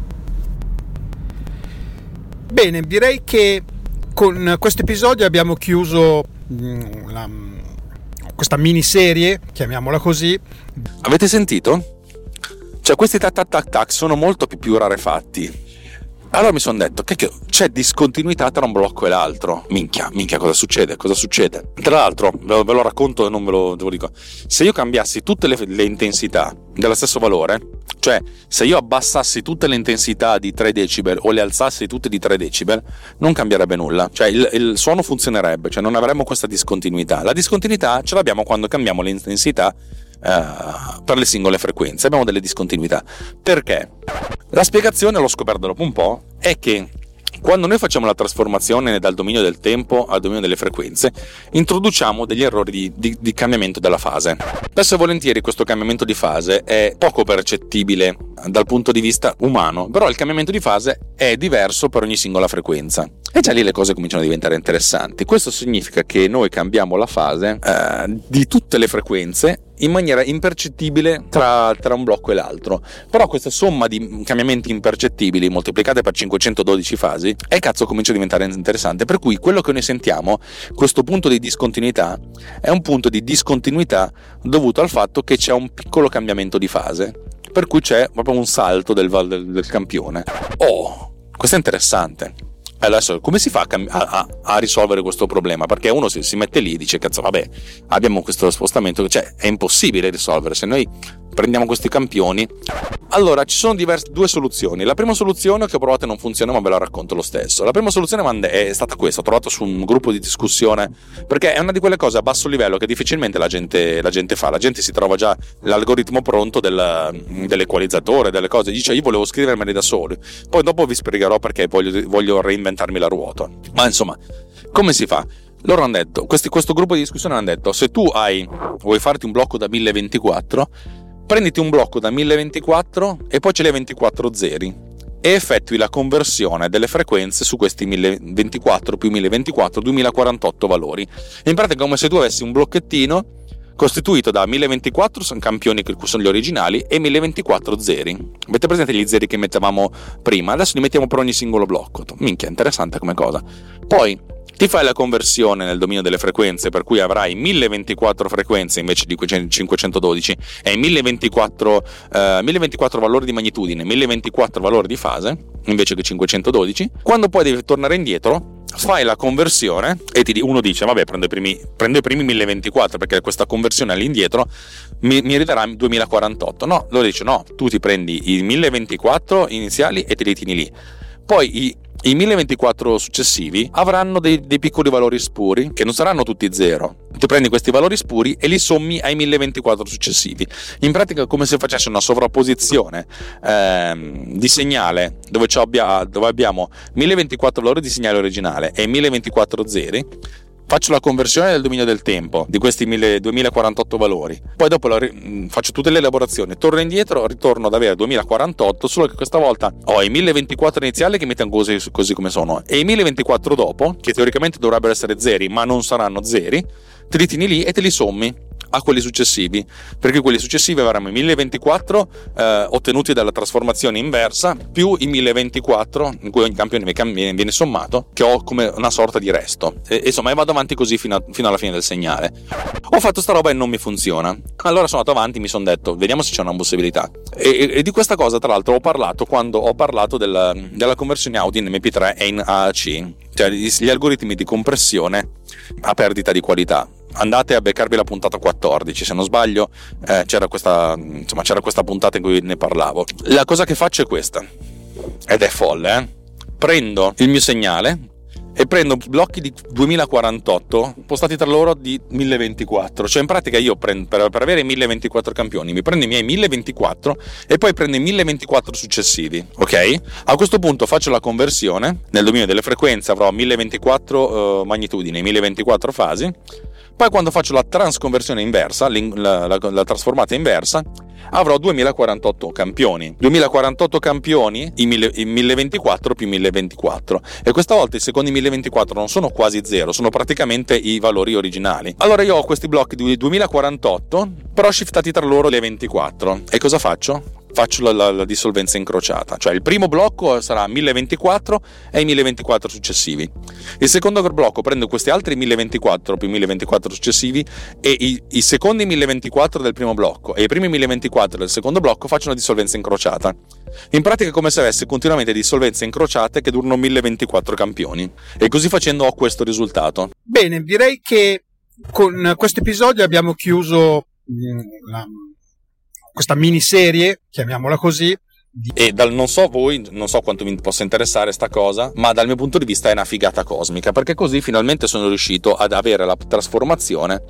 Bene, direi che con questo episodio abbiamo chiuso la, questa miniserie, chiamiamola così. Avete sentito? Cioè questi tac tac tac tac sono molto più, più rarefatti. Allora mi sono detto che c'è discontinuità tra un blocco e l'altro. Minchia, minchia, cosa succede? Cosa succede? Tra l'altro, ve lo, ve lo racconto e non ve lo, ve lo dico. Se io cambiassi tutte le, le intensità dello stesso valore, cioè se io abbassassi tutte le intensità di tre decibel o le alzassi tutte di tre decibel, non cambierebbe nulla. Cioè il, il suono funzionerebbe, cioè non avremmo questa discontinuità. La discontinuità ce l'abbiamo quando cambiamo le intensità uh, per le singole frequenze, abbiamo delle discontinuità. Perché? La spiegazione, l'ho scoperta dopo un po', è che quando noi facciamo la trasformazione dal dominio del tempo al dominio delle frequenze, introduciamo degli errori di, di, di cambiamento della fase. Spesso e volentieri questo cambiamento di fase è poco percettibile dal punto di vista umano, però il cambiamento di fase è diverso per ogni singola frequenza. E già lì le cose cominciano a diventare interessanti. Questo significa che noi cambiamo la fase eh, di tutte le frequenze in maniera impercettibile tra, tra un blocco e l'altro. Però questa somma di cambiamenti impercettibili moltiplicate per cinquecentododici fasi, e cazzo comincia a diventare interessante. Per cui quello che noi sentiamo, questo punto di discontinuità, è un punto di discontinuità dovuto al fatto che c'è un piccolo cambiamento di fase, per cui c'è proprio un salto del, del, del campione. Oh, questo è interessante. Adesso come si fa a, a, a risolvere questo problema? Perché uno si, si mette lì e dice cazzo vabbè, abbiamo questo spostamento, cioè è impossibile risolvere se noi prendiamo questi campioni. Allora ci sono diverse, due soluzioni. La prima soluzione che ho provato e non funziona, ma ve la racconto lo stesso. La prima soluzione è stata questa, ho trovato su un gruppo di discussione, perché è una di quelle cose a basso livello che difficilmente la gente, la gente fa. La gente si trova già l'algoritmo pronto del, dell'equalizzatore, delle cose, dice io volevo scrivermeli da solo, poi dopo vi spiegherò perché voglio, voglio reinventarmi la ruota. Ma insomma, come si fa? Loro hanno detto, questi, questo gruppo di discussione hanno detto, se tu hai vuoi farti un blocco da mille ventiquattro, prenditi un blocco da mille ventiquattro e poi ce li hai ventiquattro zeri e effettui la conversione delle frequenze su questi mille ventiquattro più mille ventiquattro, duemilaquarantotto valori. In pratica è come se tu avessi un blocchettino costituito da mille ventiquattro, sono campioni che sono gli originali, e mille ventiquattro zeri. Avete presente gli zeri che mettevamo prima? Adesso li mettiamo per ogni singolo blocco. Minchia, interessante come cosa. Poi ti fai la conversione nel dominio delle frequenze, per cui avrai mille ventiquattro frequenze invece di cinquecentododici e mille ventiquattro, eh, mille ventiquattro valori di magnitudine, mille ventiquattro valori di fase invece che cinquecentododici. Quando poi devi tornare indietro, fai la conversione e ti, uno dice vabbè prendo i primi, prendo i primi mille ventiquattro perché questa conversione all'indietro mi, mi ridarà duemilaquarantotto. No, lo dice no, tu ti prendi i mille ventiquattro iniziali e te li tieni lì. Poi i I mille ventiquattro successivi avranno dei, dei piccoli valori spuri che non saranno tutti zero. Tu prendi questi valori spuri e li sommi ai mille ventiquattro successivi. In pratica è come se facesse una sovrapposizione ehm, di segnale dove, abbia, dove abbiamo mille ventiquattro valori di segnale originale e mille ventiquattro zeri. Faccio la conversione del dominio del tempo di questi duemilaquarantotto valori, poi dopo la, faccio tutte le elaborazioni, torno indietro, ritorno ad avere duemilaquarantotto, solo che questa volta ho i mille ventiquattro iniziali che mettono così, così come sono e i mille ventiquattro dopo, che teoricamente dovrebbero essere zeri ma non saranno zeri, te li tieni lì e te li sommi a quelli successivi, perché quelli successivi avranno i mille ventiquattro eh, ottenuti dalla trasformazione inversa più i mille ventiquattro in cui ogni campione viene sommato, che ho come una sorta di resto, e insomma e vado avanti così fino, a, fino alla fine del segnale. Ho fatto sta roba e non mi funziona, allora sono andato avanti, mi sono detto vediamo se c'è una possibilità, e, e, e di questa cosa tra l'altro ho parlato quando ho parlato della, della conversione audio in M P tre e in A A C, cioè gli algoritmi di compressione a perdita di qualità. Andate a beccarvi la puntata quattordici, se non sbaglio, eh, c'era questa insomma c'era questa puntata in cui ne parlavo. La cosa che faccio è questa, ed è folle, eh? Prendo il mio segnale e prendo blocchi di duemilaquarantotto postati tra loro di mille ventiquattro, cioè in pratica io prendo, per, per avere mille ventiquattro campioni mi prendo i miei mille ventiquattro e poi prendo i mille ventiquattro successivi, ok? A questo punto faccio la conversione nel dominio delle frequenze, avrò mille ventiquattro uh, magnitudini, mille ventiquattro fasi. Poi quando faccio la transconversione inversa, la, la, la trasformata inversa, avrò duemilaquarantotto campioni. duemilaquarantotto campioni, i, mille, i mille ventiquattro più mille ventiquattro. E questa volta i secondi mille ventiquattro non sono quasi zero, sono praticamente i valori originali. Allora io ho questi blocchi di duemilaquarantotto, però shiftati tra loro le ventiquattro. E cosa faccio? Faccio la, la, la dissolvenza incrociata, cioè il primo blocco sarà mille ventiquattro e i mille ventiquattro successivi. Il secondo blocco prendo questi altri mille ventiquattro più mille ventiquattro successivi e i, i secondi mille ventiquattro del primo blocco e i primi mille ventiquattro del secondo blocco faccio una dissolvenza incrociata. In pratica è come se avessi continuamente dissolvenze incrociate che durano mille ventiquattro campioni, e così facendo ho questo risultato. Bene, direi che con questo episodio abbiamo chiuso la questa miniserie, chiamiamola così. E dal non so voi, non so quanto vi possa interessare sta cosa, ma dal mio punto di vista è una figata cosmica, perché così finalmente sono riuscito ad avere la trasformazione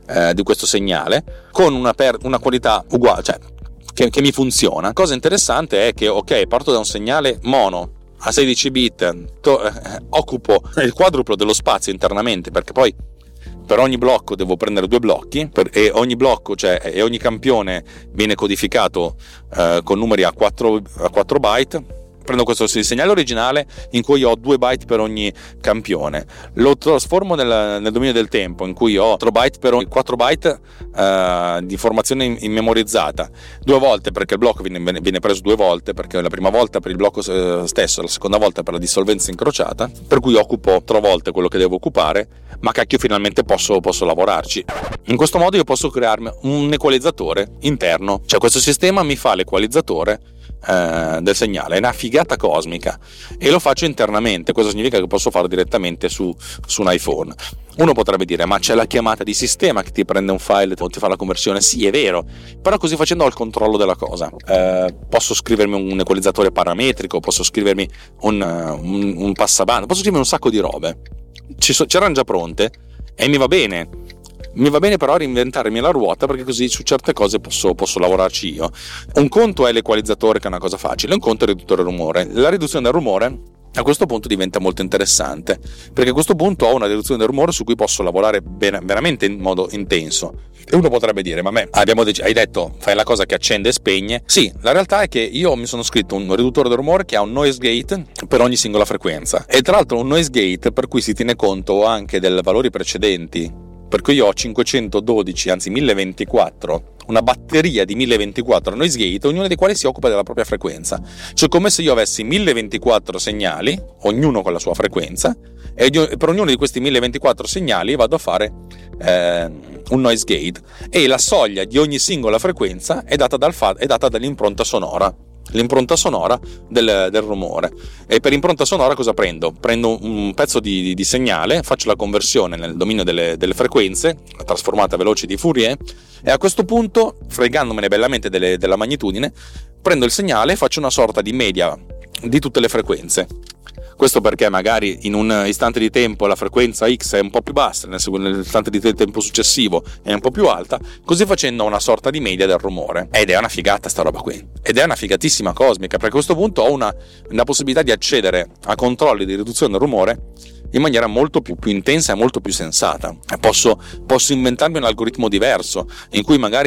eh, di questo segnale con una, per, una qualità uguale, cioè che, che mi funziona. Cosa interessante è che ok, parto da un segnale mono a sedici bit, to, eh, occupo il quadruplo dello spazio internamente, perché poi per ogni blocco devo prendere due blocchi per, e ogni blocco, cioè e ogni campione viene codificato eh, con numeri a quattro, a quattro byte. Prendo questo segnale originale in cui ho due byte per ogni campione, lo trasformo nel, nel dominio del tempo in cui ho quattro byte per ogni quattro byte uh, di informazione in, in memorizzata due volte, perché il blocco viene, viene preso due volte, perché la prima volta per il blocco stesso, la seconda volta per la dissolvenza incrociata, per cui occupo tre volte quello che devo occupare, ma cacchio finalmente posso, posso lavorarci. In questo modo io posso crearmi un equalizzatore interno, cioè questo sistema mi fa l'equalizzatore eh, del segnale, è una figata cosmica, e lo faccio internamente. Questo significa che posso farlo direttamente su, su un iPhone. Uno potrebbe dire, ma c'è la chiamata di sistema che ti prende un file e ti fa la conversione. Sì, è vero, però così facendo ho il controllo della cosa. Eh, posso scrivermi un equalizzatore parametrico, posso scrivermi un, un, un passabanda, posso scrivermi un sacco di robe. Ci so, c'erano già pronte e mi va bene. Mi va bene però reinventarmi la ruota, perché così su certe cose posso, posso lavorarci io. Un conto è l'equalizzatore, che è una cosa facile, un conto è il riduttore rumore. La riduzione del rumore a questo punto diventa molto interessante, perché a questo punto ho una riduzione del rumore su cui posso lavorare ben, veramente in modo intenso. E uno potrebbe dire, ma me abbiamo dec- hai detto fai la cosa che accende e spegne. Sì, la realtà è che io mi sono scritto un riduttore del rumore che ha un noise gate per ogni singola frequenza, e tra l'altro un noise gate per cui si tiene conto anche dei valori precedenti. Per cui io ho cinquecentododici, anzi mille ventiquattro, una batteria di mille ventiquattro noise gate, ognuno dei quali si occupa della propria frequenza. Cioè come se io avessi mille ventiquattro segnali, ognuno con la sua frequenza, e per ognuno di questi mille ventiquattro segnali vado a fare eh, un noise gate, e la soglia di ogni singola frequenza è data, dal fa- è data dall'impronta sonora. L'impronta sonora del, del rumore. E per impronta sonora cosa prendo? Prendo un pezzo di, di segnale, faccio la conversione nel dominio delle, delle frequenze, la trasformata veloce di Fourier, e a questo punto, fregandomene bellamente delle, della magnitudine, prendo il segnale e faccio una sorta di media di tutte le frequenze. Questo perché magari in un istante di tempo la frequenza X è un po' più bassa, nell'istante di tempo successivo è un po' più alta, così facendo una sorta di media del rumore. Ed è una figata sta roba qui, ed è una figatissima cosmica, perché a questo punto ho una, una possibilità di accedere a controlli di riduzione del rumore in maniera molto più, più intensa e molto più sensata. Posso, posso inventarmi un algoritmo diverso, in cui magari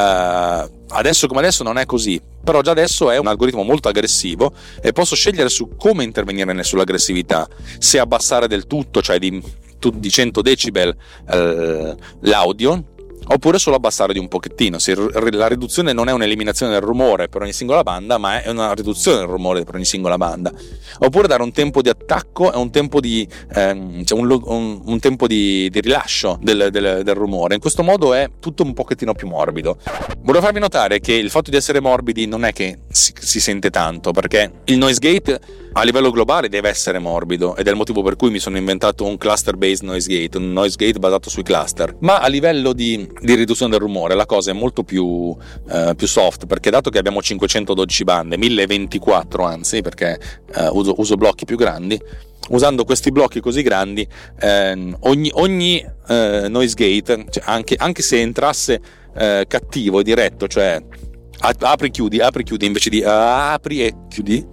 eh, adesso come adesso non è così, però già adesso è un algoritmo molto aggressivo, e posso scegliere su come intervenire sull'aggressività, se abbassare del tutto, cioè di, di cento decibel eh, l'audio, oppure solo abbassare di un pochettino. Se la riduzione non è un'eliminazione del rumore per ogni singola banda, ma è una riduzione del rumore per ogni singola banda, oppure dare un tempo di attacco e un tempo di ehm, cioè un, un, un tempo di, di rilascio del, del, del rumore. In questo modo è tutto un pochettino più morbido. Volevo farvi notare che il fatto di essere morbidi non è che si, si sente tanto, perché il noise gate a livello globale deve essere morbido, ed è il motivo per cui mi sono inventato un cluster based noise gate, un noise gate basato sui cluster. Ma a livello di, di riduzione del rumore la cosa è molto più, eh, più soft, perché dato che abbiamo cinquecentododici bande, mille ventiquattro anzi, perché eh, uso, uso blocchi più grandi, usando questi blocchi così grandi eh, ogni, ogni eh, noise gate, cioè anche, anche se entrasse eh, cattivo e diretto, cioè apri chiudi apri chiudi invece di apri e chiudi,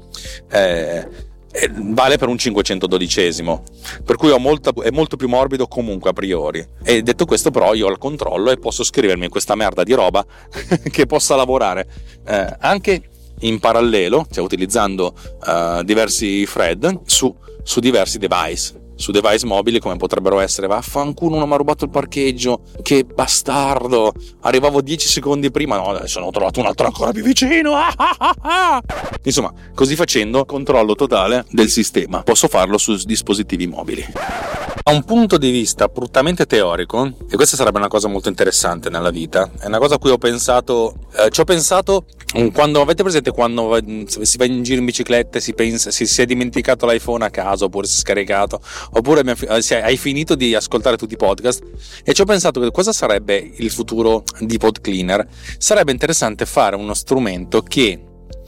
eh, eh, vale per un cinquecentododicesimo, per cui ho molta, è molto più morbido comunque a priori. E detto questo, però, io ho il controllo e posso scrivermi questa merda di roba che possa lavorare eh, anche in parallelo, cioè utilizzando uh, diversi thread su, su diversi device su device mobili, come potrebbero essere, vaffanculo, uno mi ha rubato il parcheggio, che bastardo, arrivavo dieci secondi prima, no, adesso ne ho trovato un altro ancora più vicino. Ah, ah, ah, ah. Insomma, così facendo controllo totale del sistema, posso farlo su dispositivi mobili. Da un punto di vista prettamente teorico, e questa sarebbe una cosa molto interessante nella vita, è una cosa a cui ho pensato, eh, ci ho pensato quando, avete presente quando si va in giro in bicicletta e si pensa, si, si è dimenticato l'iPhone a casa, oppure si è scaricato, oppure hai finito di ascoltare tutti i podcast, e ci ho pensato che cosa sarebbe il futuro di Pod Cleaner. Sarebbe interessante fare uno strumento che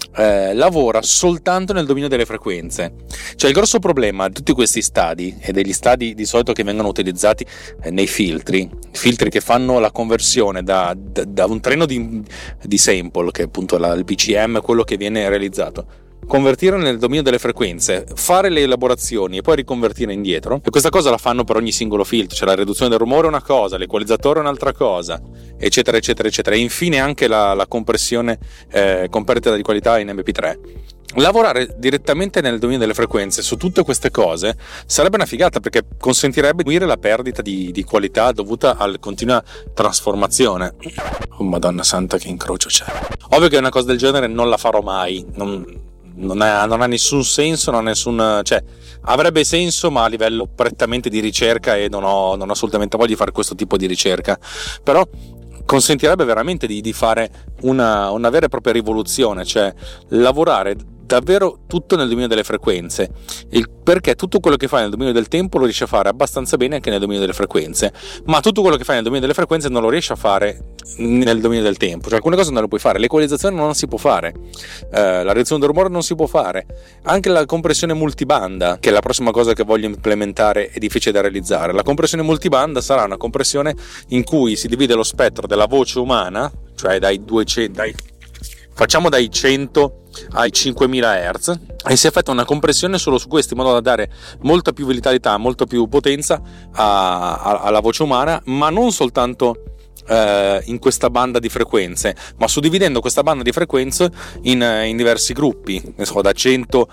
eh, lavora soltanto nel dominio delle frequenze. Cioè il grosso problema di tutti questi stadi, e degli stadi di solito che vengono utilizzati eh, nei filtri, filtri che fanno la conversione da, da, da un treno di, di sample, che è appunto la, il B C M, quello che viene realizzato, convertire nel dominio delle frequenze, fare le elaborazioni e poi riconvertire indietro. E questa cosa la fanno per ogni singolo filtro, cioè la riduzione del rumore è una cosa, l'equalizzatore è un'altra cosa, eccetera eccetera eccetera, e infine anche la, la compressione eh, con perdita di qualità in M P tre. Lavorare direttamente nel dominio delle frequenze su tutte queste cose sarebbe una figata, perché consentirebbe di diminuire la perdita di, di qualità dovuta alla continua trasformazione. Oh madonna santa, che incrocio c'è. Ovvio che una cosa del genere non la farò mai, non Non ha, non ha nessun senso, non ha nessun, cioè avrebbe senso ma a livello prettamente di ricerca, e non ho, non ho assolutamente voglia di fare questo tipo di ricerca, però consentirebbe veramente di, di fare una, una vera e propria rivoluzione, cioè lavorare davvero tutto nel dominio delle frequenze, il, perché tutto quello che fai nel dominio del tempo lo riesci a fare abbastanza bene anche nel dominio delle frequenze, ma tutto quello che fai nel dominio delle frequenze non lo riesci a fare nel dominio del tempo. Cioè alcune cose non le puoi fare, l'equalizzazione non si può fare, eh, la riduzione del rumore non si può fare, anche la compressione multibanda, che è la prossima cosa che voglio implementare, è difficile da realizzare. La compressione multibanda sarà una compressione in cui si divide lo spettro della voce umana, cioè dai duecento, dai, facciamo dai cento ai cinquemila hertz, e si effettua una compressione solo su questi, in modo da dare molta più vitalità, molta più potenza a, a, alla voce umana, ma non soltanto eh, in questa banda di frequenze, ma suddividendo questa banda di frequenze in, in diversi gruppi, ne so, da cento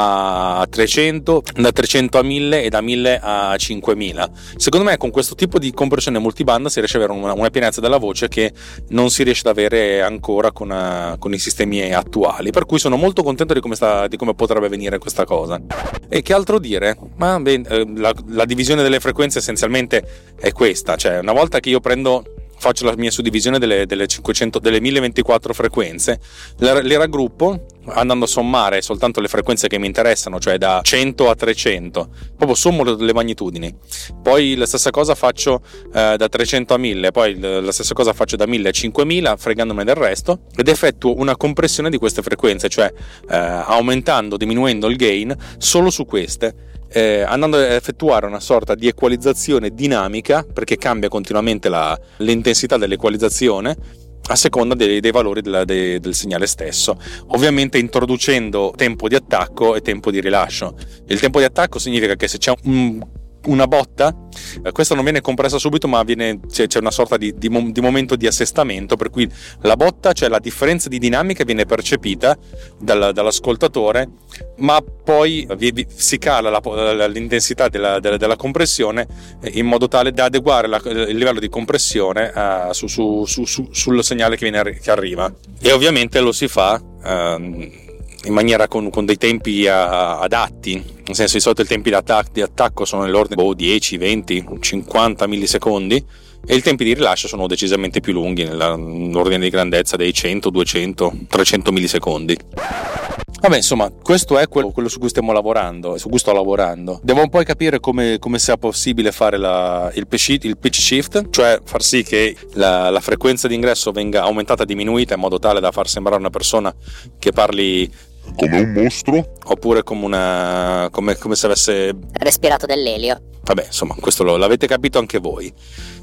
a trecento, da trecento a mille e da mille a cinquemila. Secondo me con questo tipo di compressione multibanda si riesce ad avere una, una pienezza della voce che non si riesce ad avere ancora con, uh, con i sistemi attuali, per cui sono molto contento di come, sta, di come potrebbe venire questa cosa. E che altro dire? Ma beh, la, la divisione delle frequenze essenzialmente è questa, cioè una volta che io prendo faccio la mia suddivisione delle, delle cinquecento, delle mille ventiquattro frequenze, le, le raggruppo andando a sommare soltanto le frequenze che mi interessano, cioè da cento a trecento, proprio sommo le magnitudini. Poi la stessa cosa faccio eh, da trecento a mille, poi la stessa cosa faccio da mille a cinquemila, fregandomi del resto, ed effettuo una compressione di queste frequenze, cioè eh, aumentando, diminuendo il gain solo su queste, Eh, andando a effettuare una sorta di equalizzazione dinamica, perché cambia continuamente la, l'intensità dell'equalizzazione a seconda dei, dei valori della, de, del segnale stesso, ovviamente introducendo tempo di attacco e tempo di rilascio. Il tempo di attacco significa che se c'è un una botta, eh, questa non viene compressa subito, ma viene, c'è, c'è una sorta di, di, di momento di assestamento, per cui la botta, cioè la differenza di dinamica, viene percepita dal, dall'ascoltatore, ma poi vi, vi, si cala la, l'intensità della, della, della compressione in modo tale da adeguare la, il livello di compressione uh, su, su, su, su, sul segnale che, viene, che arriva, e ovviamente lo si fa uh, in maniera con, con dei tempi a, adatti, nel senso di solito i tempi di attacco, di attacco sono nell'ordine di dieci, venti, cinquanta millisecondi, e i tempi di rilascio sono decisamente più lunghi, nell'ordine di grandezza dei cento, duecento, trecento millisecondi. Vabbè, insomma, questo è quello, quello su cui stiamo lavorando, su cui sto lavorando. Devo un po' capire come, come sia possibile fare la, il, pitch, il pitch shift, cioè far sì che la, la frequenza d'ingresso venga aumentata e diminuita in modo tale da far sembrare una persona che parli come un mostro, oppure come una come, come se avesse respirato dell'elio. Vabbè, insomma, questo lo, l'avete capito anche voi.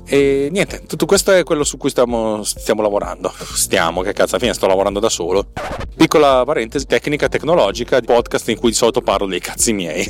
E niente, tutto questo è quello su cui stiamo, stiamo lavorando. Stiamo, che cazzo, alla fine sto lavorando da solo. Piccola parentesi tecnica tecnologica, podcast in cui di solito parlo dei cazzi miei.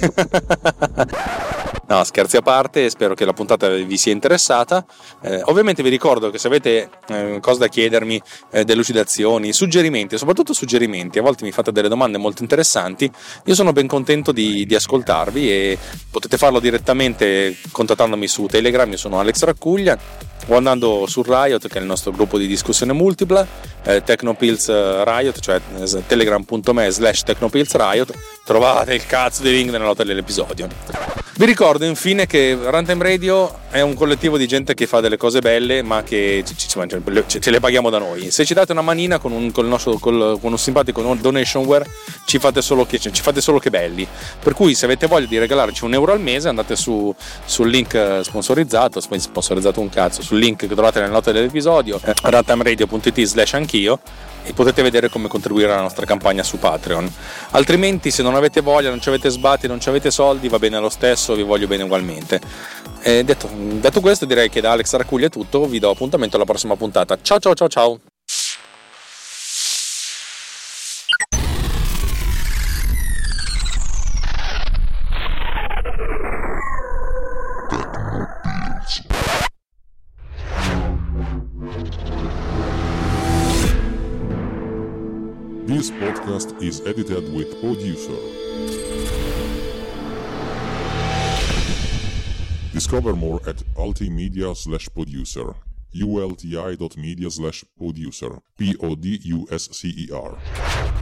No, scherzi a parte, spero che la puntata vi sia interessata. Eh, ovviamente vi ricordo che se avete eh, cose da chiedermi, eh, delucidazioni, suggerimenti, soprattutto suggerimenti, a volte mi fate delle domande molto interessanti, io sono ben contento di, di ascoltarvi, e potete farlo direttamente contattandomi su Telegram. Io sono Alex Raccuglia, o andando su Riot, che è il nostro gruppo di discussione multipla, eh, Technopills Riot, cioè eh, telegram.me slash Technopills Riot, trovate il cazzo di link nella nota dell'episodio. Vi ricordo infine che Runtime Radio è un collettivo di gente che fa delle cose belle, ma che ce, ce le paghiamo da noi. Se ci date una manina con un, con il nostro, col, con un simpatico donationware, ci fate solo che ci fate solo che belli. Per cui se avete voglia di regalarci un euro al mese, andate su sul link sponsorizzato, sponsorizzato un cazzo, sul link che trovate nelle note dell'episodio, eh, runtimeradio.it slash anch'io, e potete vedere come contribuire alla nostra campagna su Patreon. Altrimenti, se non avete voglia, non ci avete sbatti, non ci avete soldi, va bene lo stesso, vi voglio bene ugualmente. E detto, detto questo, direi che da Alex Racuglia è tutto, vi do appuntamento alla prossima puntata. Ciao ciao ciao ciao! This podcast is edited with Producer. Discover more at ultimedia slash producer. ulti dot media slash producer. P O D U S C E R.